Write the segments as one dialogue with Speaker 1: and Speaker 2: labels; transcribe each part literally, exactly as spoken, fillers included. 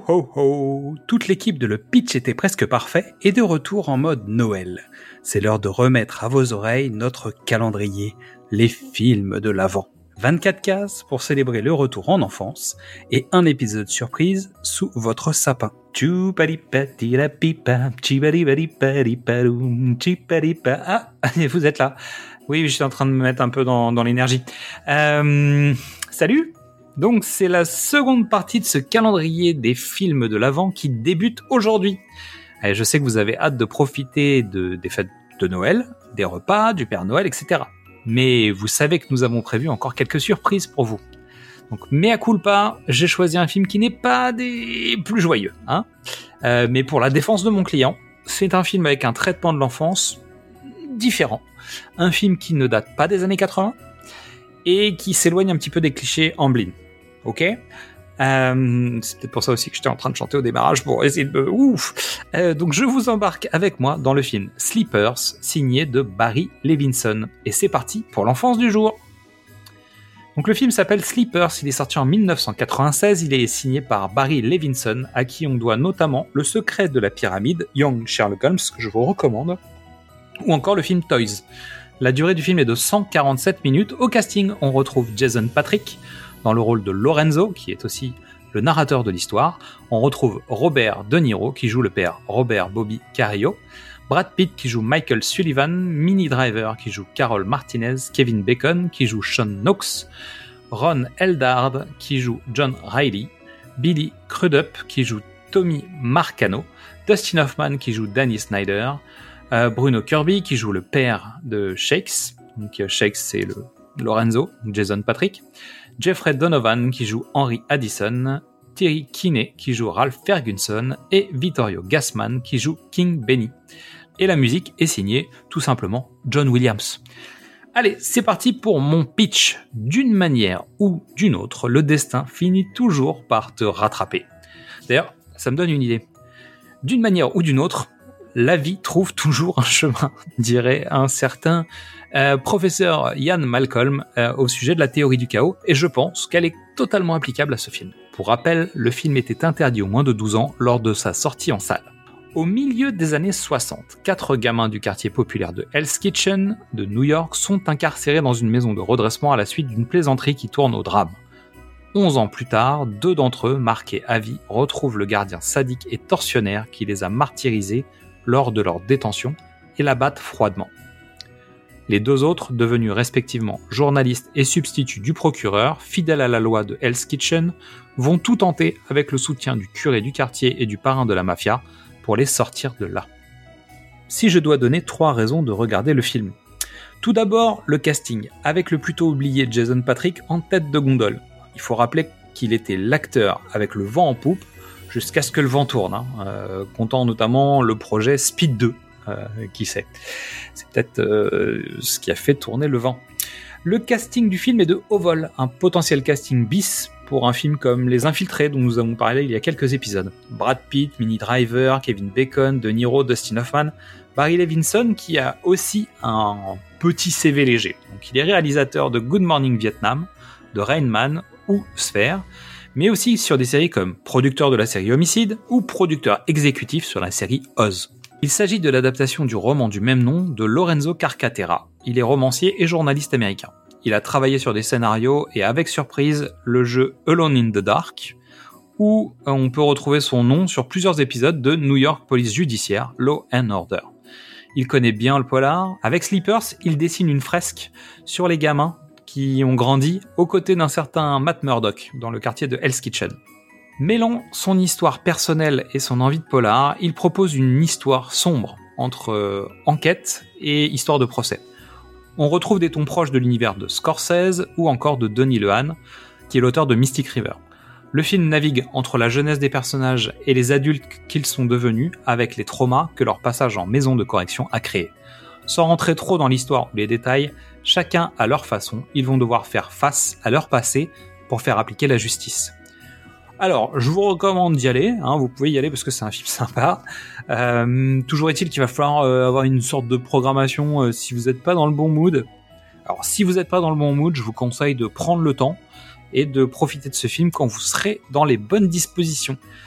Speaker 1: ho ho! Toute l'équipe de Le Pitch était presque parfait et de retour en mode Noël. C'est l'heure de remettre à vos oreilles notre calendrier, les films de l'Avent. vingt-quatre cases pour célébrer le retour en enfance et un épisode surprise sous votre sapin. Ah, vous êtes là. Oui, je suis en train de me mettre un peu dans, dans l'énergie. Euh, salut! Donc c'est la seconde partie de ce calendrier des films de l'Avent qui débute aujourd'hui. Et je sais que vous avez hâte de profiter de, des fêtes de Noël, des repas, du Père Noël, et cetera. Mais vous savez que nous avons prévu encore quelques surprises pour vous. Donc mea culpa, j'ai choisi un film qui n'est pas des plus joyeux, hein. Euh, mais pour la défense de mon client, c'est un film avec un traitement de l'enfance différent. Un film qui ne date pas des années quatre-vingts et qui s'éloigne un petit peu des clichés Amblin. Ok, euh, c'est peut-être pour ça aussi que j'étais en train de chanter au démarrage pour essayer de... Ouf euh, Donc je vous embarque avec moi dans le film Sleepers, signé de Barry Levinson. Et c'est parti pour l'enfance du jour. Donc le film s'appelle Sleepers, il est sorti en dix-neuf cent quatre-vingt-seize, il est signé par Barry Levinson, à qui on doit notamment Le secret de la pyramide, Young Sherlock Holmes, que je vous recommande, ou encore le film Toys. La durée du film est de cent quarante-sept minutes. Au casting, on retrouve Jason Patric, dans le rôle de Lorenzo, qui est aussi le narrateur de l'histoire. On retrouve Robert De Niro, qui joue le père Robert Bobby Carrillo, Brad Pitt, qui joue Michael Sullivan, Minnie Driver, qui joue Carol Martinez, Kevin Bacon, qui joue Sean Knox, Ron Eldard, qui joue John Reilly, Billy Crudup, qui joue Tommy Marcano, Dustin Hoffman, qui joue Danny Snyder, euh, Bruno Kirby, qui joue le père de Shakes, donc Shakes c'est le Lorenzo, Jason Patric, Jeffrey Donovan qui joue Henry Addison, Terry Kinney qui joue Ralph Ferguson et Vittorio Gassman qui joue King Benny. Et la musique est signée tout simplement John Williams. Allez, c'est parti pour mon pitch. D'une manière ou d'une autre, le destin finit toujours par te rattraper. D'ailleurs, ça me donne une idée. D'une manière ou d'une autre, la vie trouve toujours un chemin, dirait un certain euh, professeur Ian Malcolm euh, au sujet de la théorie du chaos, et je pense qu'elle est totalement applicable à ce film. Pour rappel, le film était interdit aux moins de douze ans lors de sa sortie en salle. Au milieu des années soixante, quatre gamins du quartier populaire de Hell's Kitchen de New York sont incarcérés dans une maison de redressement à la suite d'une plaisanterie qui tourne au drame. Onze ans plus tard, deux d'entre eux, marqués à vie, retrouvent le gardien sadique et tortionnaire qui les a martyrisés lors de leur détention et l'abattent froidement. Les deux autres, devenus respectivement journalistes et substituts du procureur, fidèles à la loi de Hell's Kitchen, vont tout tenter avec le soutien du curé du quartier et du parrain de la mafia pour les sortir de là. Si je dois donner trois raisons de regarder le film. Tout d'abord, le casting, avec le plutôt oublié Jason Patric en tête de gondole. Il faut rappeler qu'il était l'acteur avec le vent en poupe jusqu'à ce que le vent tourne, hein, euh, comptant notamment le projet Speed deux, euh, qui sait. C'est peut-être euh, ce qui a fait tourner le vent. Le casting du film est de haut vol, un potentiel casting bis pour un film comme Les Infiltrés, dont nous avons parlé il y a quelques épisodes. Brad Pitt, Minnie Driver, Kevin Bacon, De Niro, Dustin Hoffman, Barry Levinson qui a aussi un petit C V léger. Donc, il est réalisateur de Good Morning Vietnam, de Rain Man ou Sphere, mais aussi sur des séries comme producteur de la série Homicide ou producteur exécutif sur la série Oz. Il s'agit de l'adaptation du roman du même nom de Lorenzo Carcaterra. Il est romancier et journaliste américain. Il a travaillé sur des scénarios et avec surprise le jeu Alone in the Dark, où on peut retrouver son nom sur plusieurs épisodes de New York Police Judiciaire, Law and Order. Il connaît bien le polar. Avec Sleepers, il dessine une fresque sur les gamins qui ont grandi aux côtés d'un certain Matt Murdock dans le quartier de Hell's Kitchen. Mêlant son histoire personnelle et son envie de polar, il propose une histoire sombre entre euh, enquête et histoire de procès. On retrouve des tons proches de l'univers de Scorsese ou encore de Denis Lehane, qui est l'auteur de Mystic River. Le film navigue entre la jeunesse des personnages et les adultes qu'ils sont devenus avec les traumas que leur passage en maison de correction a créés. Sans rentrer trop dans l'histoire ou les détails, chacun à leur façon, ils vont devoir faire face à leur passé pour faire appliquer la justice. Alors, je vous recommande d'y aller, hein, vous pouvez y aller parce que c'est un film sympa. Euh, toujours est-il qu'il va falloir euh, avoir une sorte de programmation euh, si vous n'êtes pas dans le bon mood. Alors, si vous n'êtes pas dans le bon mood, je vous conseille de prendre le temps et de profiter de ce film quand vous serez dans les bonnes dispositions.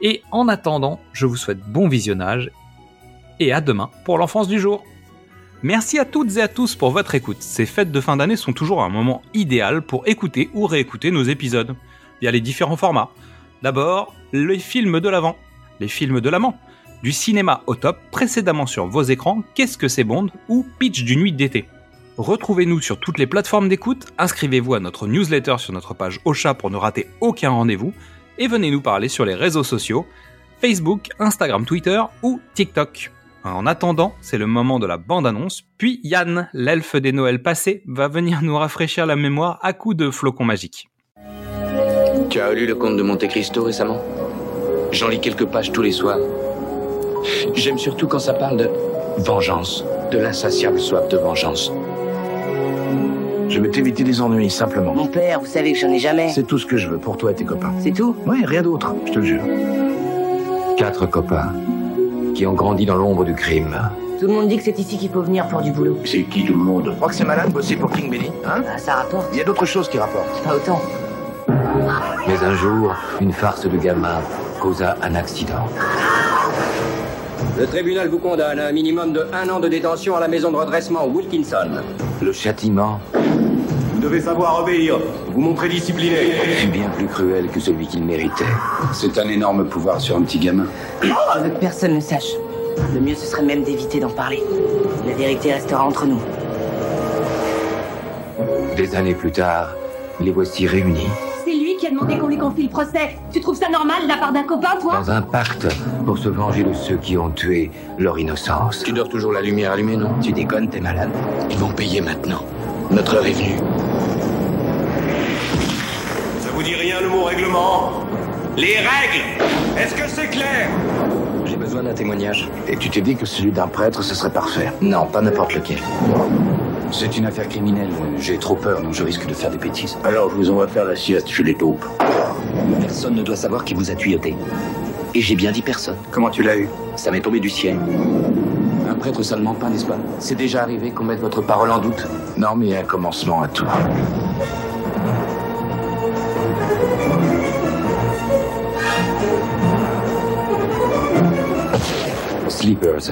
Speaker 1: Et en attendant, je vous souhaite bon visionnage et à demain pour l'enfance du jour. Merci à toutes et à tous pour votre écoute. Ces fêtes de fin d'année sont toujours un moment idéal pour écouter ou réécouter nos épisodes via les différents formats. D'abord, les films de l'Avent, les films de l'amant, du cinéma au top, précédemment sur vos écrans, Qu'est-ce que c'est Bond ou Pitch d'une nuit d'été. Retrouvez-nous sur toutes les plateformes d'écoute, inscrivez-vous à notre newsletter sur notre page Ocha pour ne rater aucun rendez-vous, et venez nous parler sur les réseaux sociaux, Facebook, Instagram, Twitter ou TikTok. En attendant, c'est le moment de la bande-annonce, puis Yann, l'elfe des Noëls passés, va venir nous rafraîchir la mémoire à coups de flocons magiques.
Speaker 2: Tu as lu le conte de Monte Cristo récemment ? J'en lis quelques pages tous les soirs. J'aime surtout quand ça parle de vengeance, de l'insatiable soif de vengeance.
Speaker 3: Je veux t'éviter des ennuis, simplement.
Speaker 4: Mon père, vous savez que j'en ai jamais.
Speaker 3: C'est tout ce que je veux pour toi et tes copains.
Speaker 4: C'est tout ?
Speaker 3: Ouais, rien d'autre, je te le jure.
Speaker 2: Quatre copains qui ont grandi dans l'ombre du crime.
Speaker 4: Tout le monde dit que c'est ici qu'il faut venir pour du boulot.
Speaker 3: C'est qui tout le monde ? Je crois que c'est malin de bosser pour King Benny, hein ?
Speaker 4: Ah, ça rapporte.
Speaker 3: Il y a d'autres choses qui rapportent.
Speaker 4: Pas autant.
Speaker 2: Mais un jour, une farce de gamin causa un accident.
Speaker 5: Le tribunal vous condamne à un minimum de un an de détention à la maison de redressement Wilkinson.
Speaker 2: Le châtiment
Speaker 6: Vous devez savoir obéir, vous montrer discipliné.
Speaker 2: fut bien plus cruel que celui qu'il méritait.
Speaker 6: C'est un énorme pouvoir sur un petit gamin.
Speaker 4: Je veux que personne ne sache. Le mieux, ce serait même d'éviter d'en parler. La vérité restera entre nous.
Speaker 2: Des années plus tard, les voici réunis
Speaker 7: C'est lui qui a demandé qu'on lui confie le procès. Tu trouves ça normal de la part d'un copain, toi ?
Speaker 2: dans un pacte pour se venger de ceux qui ont tué leur innocence. Tu dors toujours la lumière allumée, non ? Tu déconnes, t'es malade. Ils vont payer maintenant. Notre heure est venue.
Speaker 6: Ça vous dit rien le mot règlement ? Les règles ! Est-ce que c'est clair ?
Speaker 2: J'ai besoin d'un témoignage.
Speaker 3: Et tu t'es dit que celui d'un prêtre, ce serait parfait.
Speaker 2: Non, pas n'importe lequel.
Speaker 3: C'est une affaire criminelle. J'ai trop peur, donc je risque de faire des bêtises.
Speaker 6: Alors je vous envoie faire la sieste chez les taupes.
Speaker 2: Personne ne doit savoir qui vous a tuyauté. Et j'ai bien dit personne.
Speaker 3: Comment tu l'as eu ?
Speaker 2: Ça m'est tombé du ciel.
Speaker 3: Un prêtre, ça ne ment pas, n'est-ce pas ? C'est déjà arrivé qu'on mette votre parole en doute ? Non, mais il y a un commencement à tout.
Speaker 2: Sleepers.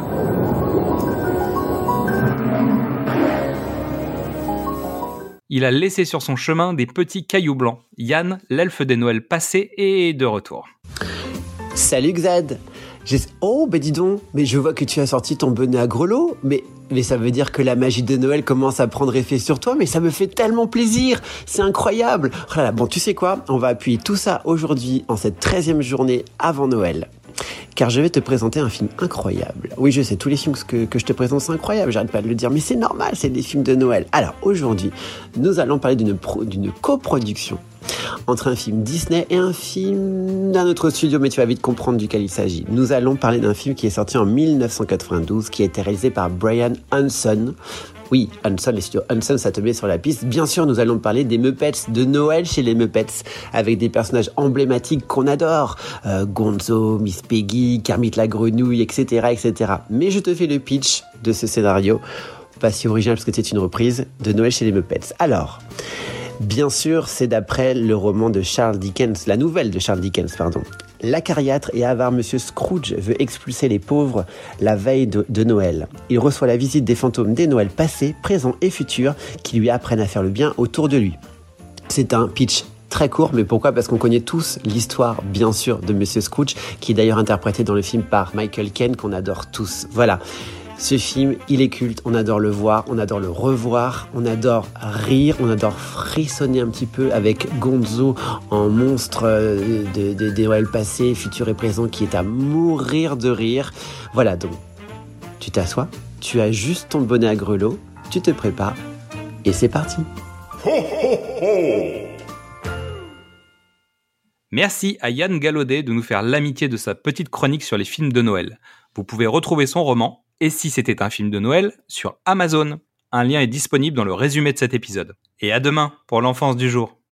Speaker 1: Il a laissé sur son chemin des petits cailloux blancs. Yann, l'elfe des Noëls passés, est de retour.
Speaker 8: Salut Xad. J'ai... Oh, bah dis donc, mais je vois que tu as sorti ton bonnet à grelots. Mais, mais ça veut dire que la magie de Noël commence à prendre effet sur toi, mais ça me fait tellement plaisir. C'est incroyable. Oh là là, bon, tu sais quoi ? On va appuyer tout ça aujourd'hui, en cette treizième journée avant Noël. Car je vais te présenter un film incroyable. Oui, je sais, tous les films que, que je te présente, c'est incroyable, j'arrête pas de le dire, mais c'est normal, c'est des films de Noël. Alors, aujourd'hui, nous allons parler d'une, pro, d'une coproduction entre un film Disney et un film d'un autre studio, mais tu vas vite comprendre duquel il s'agit. Nous allons parler d'un film qui est sorti en dix-neuf cent quatre-vingt-douze, qui a été réalisé par Brian Hanson. Oui, Hanson, les studios Hanson, ça te met sur la piste. Bien sûr, nous allons parler des Muppets, de Noël chez les Muppets, avec des personnages emblématiques qu'on adore. Euh, Gonzo, Miss Peggy, Kermit la Grenouille, et cetera, et cetera. Mais je te fais le pitch de ce scénario, pas si original parce que c'est une reprise de Noël chez les Muppets. Alors, bien sûr, c'est d'après le roman de Charles Dickens, la nouvelle de Charles Dickens, pardon. L'acariâtre et avare Monsieur Scrooge veut expulser les pauvres la veille de, de Noël. Il reçoit la visite des fantômes des Noëls passés, présents et futurs qui lui apprennent à faire le bien autour de lui. C'est un pitch très court, mais pourquoi ? Parce qu'on connaît tous l'histoire, bien sûr, de Monsieur Scrooge, qui est d'ailleurs interprété dans le film par Michael Caine, qu'on adore tous. Voilà. Ce film, il est culte, on adore le voir, on adore le revoir, on adore rire, on adore frissonner un petit peu avec Gonzo en monstre de, de, des Noëls passés, futur et présent, qui est à mourir de rire. Voilà, donc, tu t'assois, tu as juste ton bonnet à grelots, tu te prépares, et c'est parti.
Speaker 6: Ho, ho, ho.
Speaker 1: Merci à Yann Gallaudet de nous faire l'amitié de sa petite chronique sur les films de Noël. Vous pouvez retrouver son roman « Et si c'était un film de Noël ?» sur Amazon. Un lien est disponible dans le résumé de cet épisode. Et à demain pour l'enfance du jour.